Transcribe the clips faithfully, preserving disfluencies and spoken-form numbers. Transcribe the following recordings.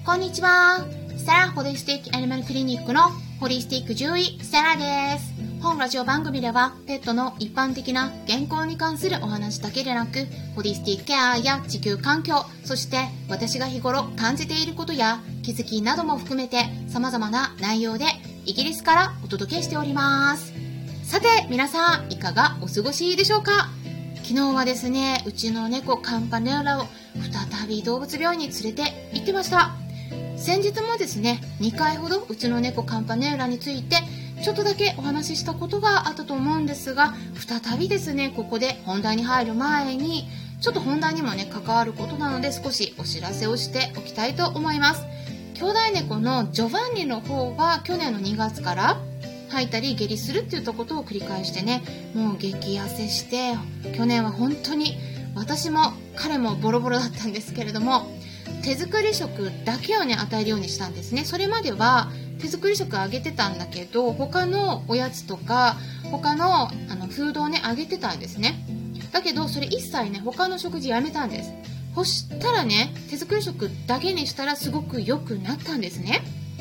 こんにちは。サラホリスティックアニマルクリニックのホリスティック獣医サラです。本ラジオ番組ではペットの一般的な健康に関するお話だけでなく、ホリスティックケアや地球環境、そして私が日頃感じていることや気づきなども含めて様々な内容でイギリスからお届けしております。さて皆さんいかがお過ごしでしょうか。昨日はですね、うちの猫カンパネラを再び動物病院に連れて行ってました。先日もですね、にかいほどうちの猫カンパネラについてちょっとだけお話ししたことがあったと思うんですが、再びですね、ここで本題に入る前にちょっと本題にもね関わることなので少しお知らせをしておきたいと思います。兄弟猫のジョバンニの方は去年のにがつから吐いたり下痢するっていったことを繰り返してね、もう激痩せして、去年は本当に私も彼もボロボロだったんですけれども、手作り食だけをね与えるようにしたんですね。それまでは手作り食あげてたんだけど、他のおやつとか他のあのフードをねあげてたんですね。だけどそれ一切ね他の食事やめたんです。そしたらね、手作り食だけにしたらすごく良くなったんですね。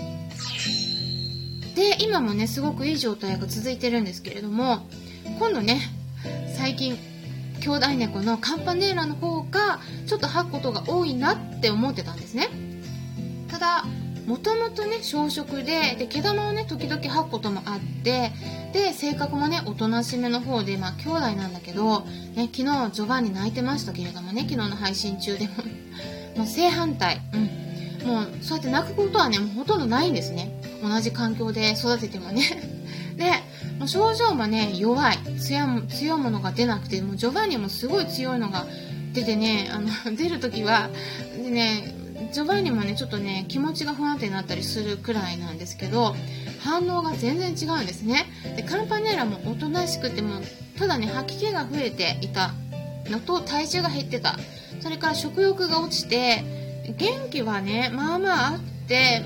で今もねすごくいい状態が続いてるんですけれども、今度ね最近兄弟猫のカンパネーラの方がちょっと吐くことが多いなって思ってたんですね。ただもともとね小食で、で毛玉をね時々吐くこともあって、で性格もねおとなしめの方で、まあ兄弟なんだけど、ね、昨日ジョバンニ泣いてましたけれどもね、昨日の配信中でももう正反対、うん、もうそうやって泣くことはねもうほとんどないんですね。同じ環境で育ててもねでもう症状もね弱い、強い、強いものが出なくて、もうジョバンニもすごい強いのが出てね、あの出るときはでね、ジョバンニもねちょっとね気持ちが不安定になったりするくらいなんですけど、反応が全然違うんですね。でカンパネラもおとなしくても、ただね吐き気が増えていたのと体重が減ってた、それから食欲が落ちて、元気はねまあまああって、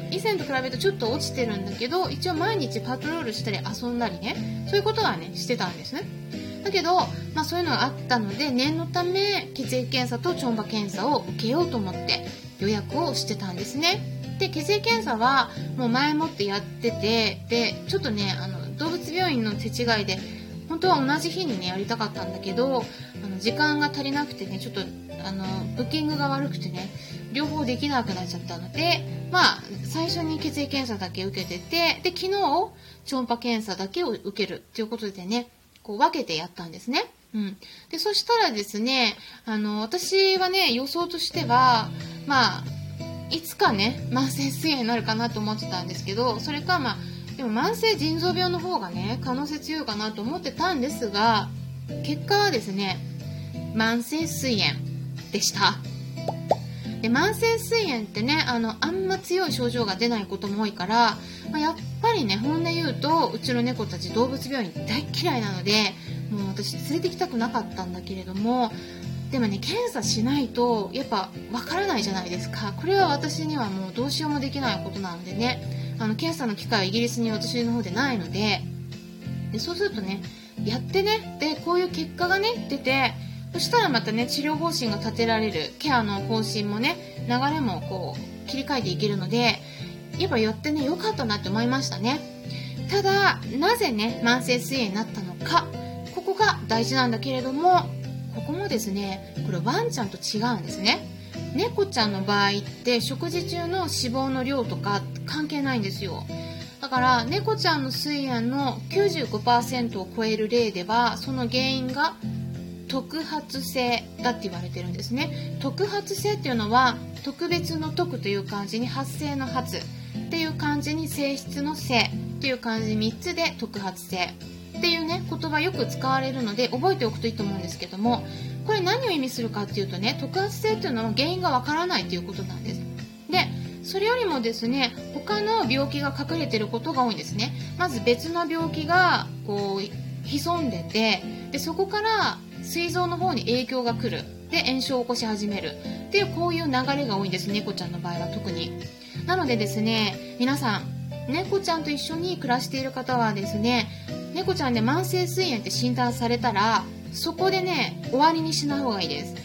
以前と比べるとちょっと落ちてるんだけど、一応毎日パトロールしたり遊んだりね、そういうことはねしてたんですね。だけど、まあ、そういうのがあったので念のため血液検査と超音波検査を受けようと思って予約をしてたんですね。で血液検査はもう前もってやってて、でちょっとねあの動物病院の手違いで本当は同じ日にねやりたかったんだけど、あの時間が足りなくてね、ちょっとあのブッキングが悪くてね両方できなくなっちゃったので、まあ最初に血液検査だけ受けてて、で昨日超音波検査だけを受けるっていうことでね、こう分けてやったんですね。うん、でそしたらですね、あの私はね予想としては、まあいつかね慢性膵炎になるかなと思ってたんですけど、それかまあでも慢性腎臓病の方がね可能性強いかなと思ってたんですが、結果はですね慢性膵炎でした。で慢性膵炎ってね あのあんま強い症状が出ないことも多いから、まあ、やっぱりね本音言うとうちの猫たち動物病院大嫌いなので、もう私連れてきたくなかったんだけれども、でもね検査しないとやっぱわからないじゃないですか。これは私にはもうどうしようもできないことなのでね、あの検査の機会はイギリスに私の方でないので、でそうするとねやってね、でこういう結果がね出て、そしたらまたね治療方針が立てられる、ケアの方針もね流れもこう切り替えていけるので、やっぱやってねよかったなって思いましたね。ただなぜね慢性膵炎になったのか、ここが大事なんだけれども、ここもですねこれワンちゃんと違うんですね。猫ちゃんの場合って食事中の脂肪の量とか関係ないんですよ。だから猫ちゃんの膵炎の きゅうじゅうごパーセント を超える例では、その原因が特発性だって言われてるんですね。特発性っていうのは特別の特という漢字に発生の発っていう漢字に性質の性っていう漢字みっつで特発性っていうね言葉よく使われるので覚えておくといいと思うんですけども、これ何を意味するかっていうとね、特発性っていうのは原因がわからないということなんです。でそれよりもですね他の病気が隠れてることが多いんですね。まず別の病気がこう潜んでて、でそこから膵臓の方に影響が来る、で炎症を起こし始めるっていう、こういう流れが多いんです、猫ちゃんの場合は特に。なのでですね、皆さん猫ちゃんと一緒に暮らしている方はですね、猫ちゃんで慢性膵炎って診断されたらそこでね終わりにしない方がいいです。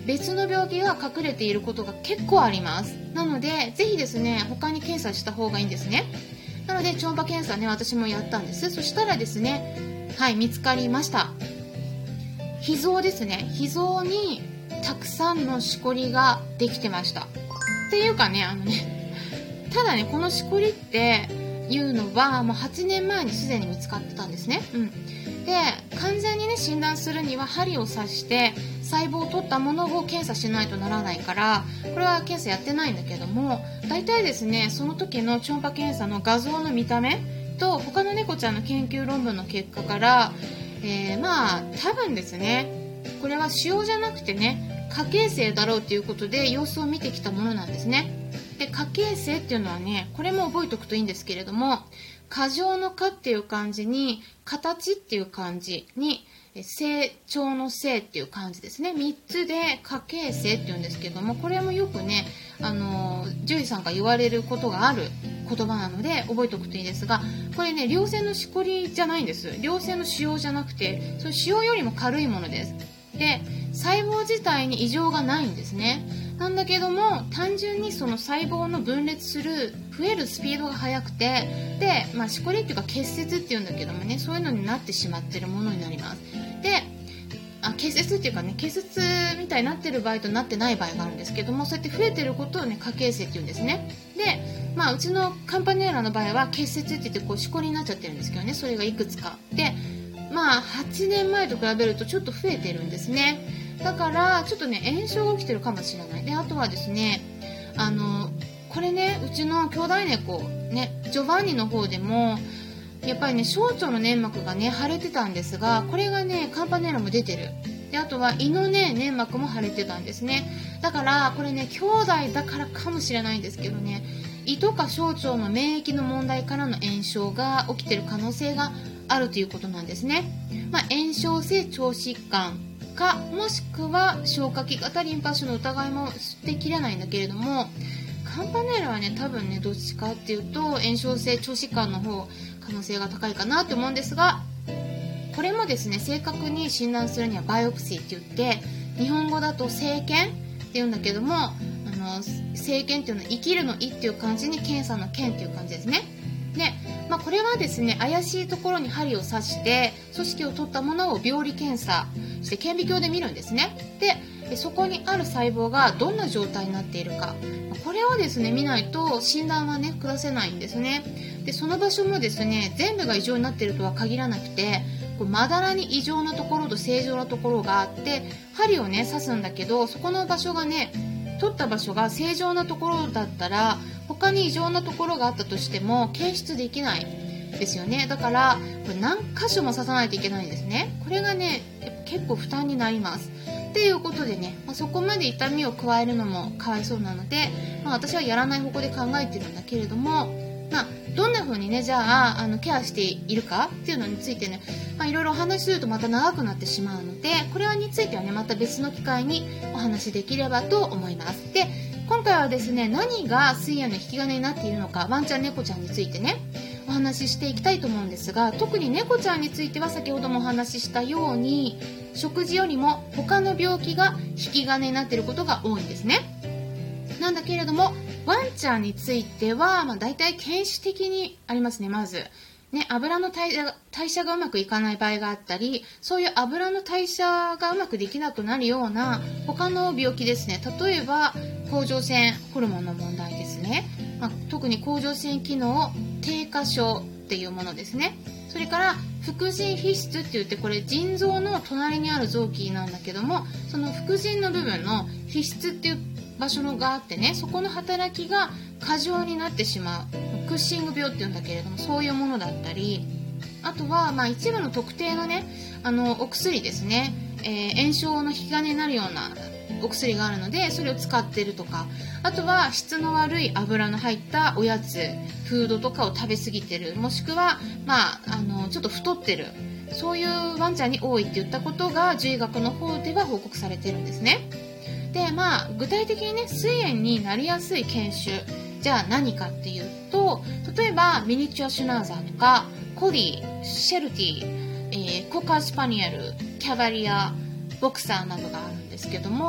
別の病気が隠れていることが結構あります。なのでぜひですね、他に検査した方がいいんですね。なので超音波検査ね、私もやったんです。そしたらですね、はい、見つかりました。脾臓ですね。脾臓にたくさんのしこりができてました。っていうかね、あのね、ただね、このしこりっていうのはもうはちねんまえにすでに見つかってたんですね。うん。で、完全にね、診断するには針を刺して細胞を取ったものを検査しないとならないから、これは検査やってないんだけども、大体ですね、その時の超音波検査の画像の見た目と他の猫ちゃんの研究論文の結果から、えー、まあ多分ですね、これは腫瘍じゃなくてね、過形成だろうということで様子を見てきたものなんですね。で、過形成っていうのはね、これも覚えておくといいんですけれども、過剰の過っていう漢字に形っていう漢字に成長の成っていう漢字ですね。みっつで過形成っていうんですけども、これもよくね、あの獣医さんが言われることがある言葉なので覚えておくといいですが、これね、良性のしこりじゃないんです。良性の腫瘍じゃなくて、その腫瘍よりも軽いものです。で、細胞自体に異常がないんですね。なんだけども、単純にその細胞の分裂する増えるスピードが速くて、で、まあ、しこりっていうか結節っていうんだけどもね、そういうのになってしまっているものになります。で、あ、結節っていうかね、結節みたいになってる場合となってない場合があるんですけども、そうやって増えてることをね、過形成っていうんですね。で、まあ、うちのカンパネーラの場合は結節って言ってこうしこりになっちゃってるんですけどね、それがいくつかで、まあはちねんまえと比べるとちょっと増えてるんですね。だからちょっとね、炎症が起きてるかもしれない。で、あとはですね、あのこれね、うちの兄弟猫ね、ジョバンニの方でもやっぱりね、小腸の粘膜がね腫れてたんですが、これがね、カンパネラも出てる。で、あとは胃のね、粘膜も腫れてたんですね。だからこれね、兄弟だからかもしれないんですけどね、胃とか小腸の免疫の問題からの炎症が起きてる可能性があるということなんですね。まあ、炎症性腸疾患か、もしくは消化器型リンパ腫の疑いも捨てきれないんだけれども、カンパネラはね、多分ね、どっちかっていうと炎症性腸疾患の方可能性が高いかなと思うんですが、これもですね、正確に診断するにはバイオプシーって言って、日本語だと生検って言うんだけども、あの生検っていうのは生きるの胃っていう漢字に検査の検っていう感じですね。で、まあ、これはですね、怪しいところに針を刺して組織を取ったものを病理検査して顕微鏡で見るんですね。で、そこにある細胞がどんな状態になっているか、これをですね、見ないと診断はね、下せないんですね。で、その場所もですね、全部が異常になっているとは限らなくて、こうまだらに異常なところと正常なところがあって、針をね、刺すんだけど、そこの場所がね、取った場所が正常なところだったら、他に異常なところがあったとしても検出できないですよね。だからこれ何箇所も刺さないといけないんですね。これがね、結構負担になりますっていうことでね、まあ、そこまで痛みを加えるのもかわいそうなので、まあ、私はやらない方向で考えてるんだけれども、まあ、どんな風にね、じゃあ、あのケアしているかっていうのについてね、まあ、いろいろお話しするとまた長くなってしまうので、これについてはね、また別の機会にお話しできればと思います。で、今回はですね、何が膵炎の引き金になっているのか、ワンちゃん猫ちゃんについてね、お話ししていきたいと思うんですが、特に猫ちゃんについては先ほどもお話ししたように、食事よりも他の病気が引き金になっていることが多いんですね。なんだけれども、ワンちゃんについては、まあ、大体犬種的にありますね。まずね、油の代謝、代謝がうまくいかない場合があったり、そういう油の代謝がうまくできなくなるような他の病気ですね。例えば甲状腺ホルモンの問題ですね。まあ、特に甲状腺機能低下症っていうものですね。それから副腎皮質って言って、これ腎臓の隣にある臓器なんだけども、その副腎の部分の皮質っていう場所があってね、そこの働きが過剰になってしまう。クッシング病っていうんだけれども、そういうものだったり、あとは、まあ、一部の特定のね、あのお薬ですね、えー、炎症の引き金になるようなお薬があるので、それを使っているとか、あとは質の悪い油の入ったおやつ、フードとかを食べ過ぎてる、もしくは、まあ、あのちょっと太ってる、そういうワンちゃんに多いって言ったことが獣医学の方では報告されてるんですね。で、まあ、具体的にね、膵炎になりやすい犬種、じゃあ何かっていうと、例えばミニチュアシュナウザーとかコリー、シェルティ、えー、コカースパニエル、キャバリア、ボクサーなどがあるんですけども、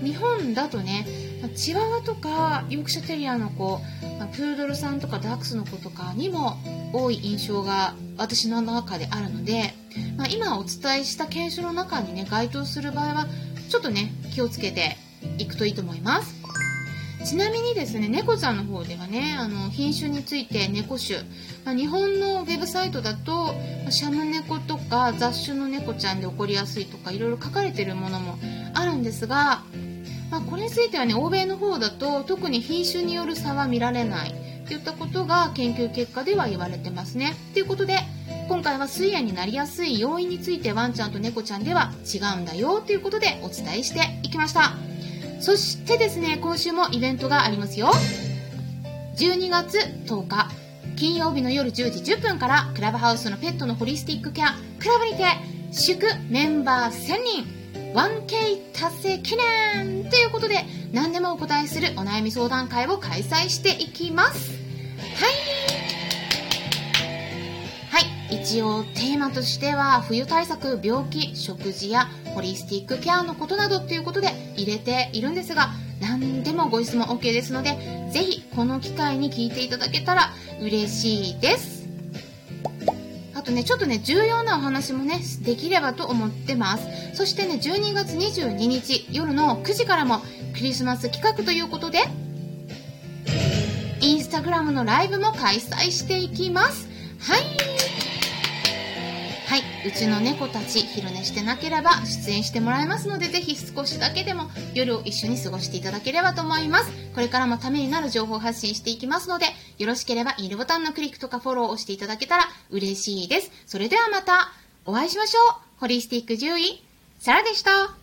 日本だとね、チワワとかヨークシャテリアの子、プードルさんとかダックスの子とかにも多い印象が私の中であるので、まあ、今お伝えした犬種の中にね該当する場合はちょっとね気をつけていくといいと思います。ちなみにですね、猫ちゃんの方ではね、あの品種について猫種、まあ、日本のウェブサイトだとシャム猫とか雑種の猫ちゃんで起こりやすいとかいろいろ書かれているものもあるんですが、まあ、これについてはね欧米の方だと特に品種による差は見られないといったことが研究結果では言われてますね。ということで今回は膵炎になりやすい要因についてワンちゃんと猫ちゃんでは違うんだよということでお伝えしていきました。そしてですね、今週もイベントがありますよ。じゅうにがつとおか金曜日の夜じゅうじじゅっぷんからクラブハウスのペットのホリスティックケアクラブにて祝メンバーせんにん ワンケー 達成記念ということで何でもお答えするお悩み相談会を開催していきます。はい、はい、一応テーマとしては冬対策、病気、食事やホリスティックケアのことなどということで入れているんですが、何でもご質問 OK ですのでぜひこの機会に聞いていただけたら嬉しいです。あとねちょっとね重要なお話もねできればと思ってます。そしてねじゅうにがつにじゅうににち夜のくじからもクリスマス企画ということでインスタグラムのライブも開催していきます。はいはい、うちの猫たち昼寝してなければ出演してもらえますのでぜひ少しだけでも夜を一緒に過ごしていただければと思います。これからもためになる情報を発信していきますのでよろしければいいねボタンのクリックとかフォローを押していただけたら嬉しいです。それではまたお会いしましょう。ホリスティック獣医サラでした。